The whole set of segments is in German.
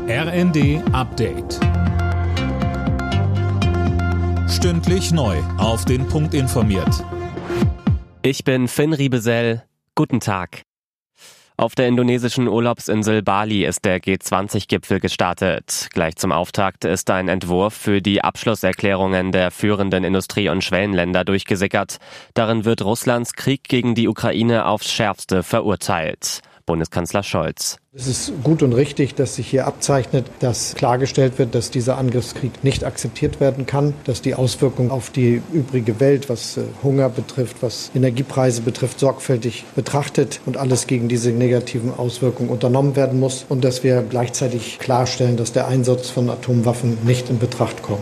RND Update. Stündlich neu auf den Punkt informiert. Ich bin Finn Riebesell. Guten Tag. Auf der indonesischen Urlaubsinsel Bali ist der G20-Gipfel gestartet. Gleich zum Auftakt ist ein Entwurf für die Abschlusserklärungen der führenden Industrie- und Schwellenländer durchgesickert. Darin wird Russlands Krieg gegen die Ukraine aufs Schärfste verurteilt. Bundeskanzler Scholz. Es ist gut und richtig, dass sich hier abzeichnet, dass klargestellt wird, dass dieser Angriffskrieg nicht akzeptiert werden kann, dass die Auswirkungen auf die übrige Welt, was Hunger betrifft, was Energiepreise betrifft, sorgfältig betrachtet und alles gegen diese negativen Auswirkungen unternommen werden muss und dass wir gleichzeitig klarstellen, dass der Einsatz von Atomwaffen nicht in Betracht kommt.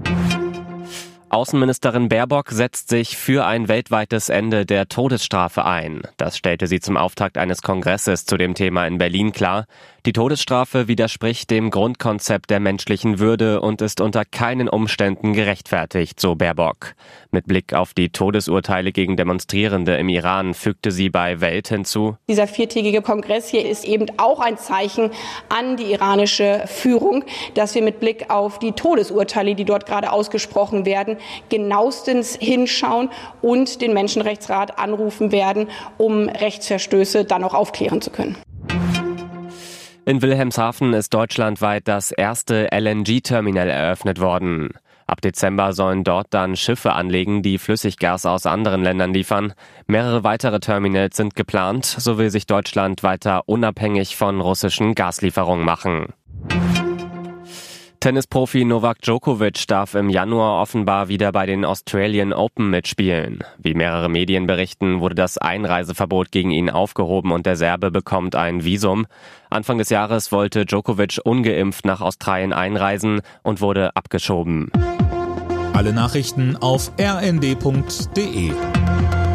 Außenministerin Baerbock setzt sich für ein weltweites Ende der Todesstrafe ein. Das stellte sie zum Auftakt eines Kongresses zu dem Thema in Berlin klar. Die Todesstrafe widerspricht dem Grundkonzept der menschlichen Würde und ist unter keinen Umständen gerechtfertigt, so Baerbock. Mit Blick auf die Todesurteile gegen Demonstrierende im Iran fügte sie bei Welt hinzu: Dieser viertägige Kongress hier ist eben auch ein Zeichen an die iranische Führung, dass wir mit Blick auf die Todesurteile, die dort gerade ausgesprochen werden, genauestens hinschauen und den Menschenrechtsrat anrufen werden, um Rechtsverstöße dann auch aufklären zu können. In Wilhelmshaven ist deutschlandweit das erste LNG-Terminal eröffnet worden. Ab Dezember sollen dort dann Schiffe anlegen, die Flüssiggas aus anderen Ländern liefern. Mehrere weitere Terminals sind geplant, so will sich Deutschland weiter unabhängig von russischen Gaslieferungen machen. Tennisprofi Novak Djokovic darf im Januar offenbar wieder bei den Australian Open mitspielen. Wie mehrere Medien berichten, wurde das Einreiseverbot gegen ihn aufgehoben und der Serbe bekommt ein Visum. Anfang des Jahres wollte Djokovic ungeimpft nach Australien einreisen und wurde abgeschoben. Alle Nachrichten auf rnd.de.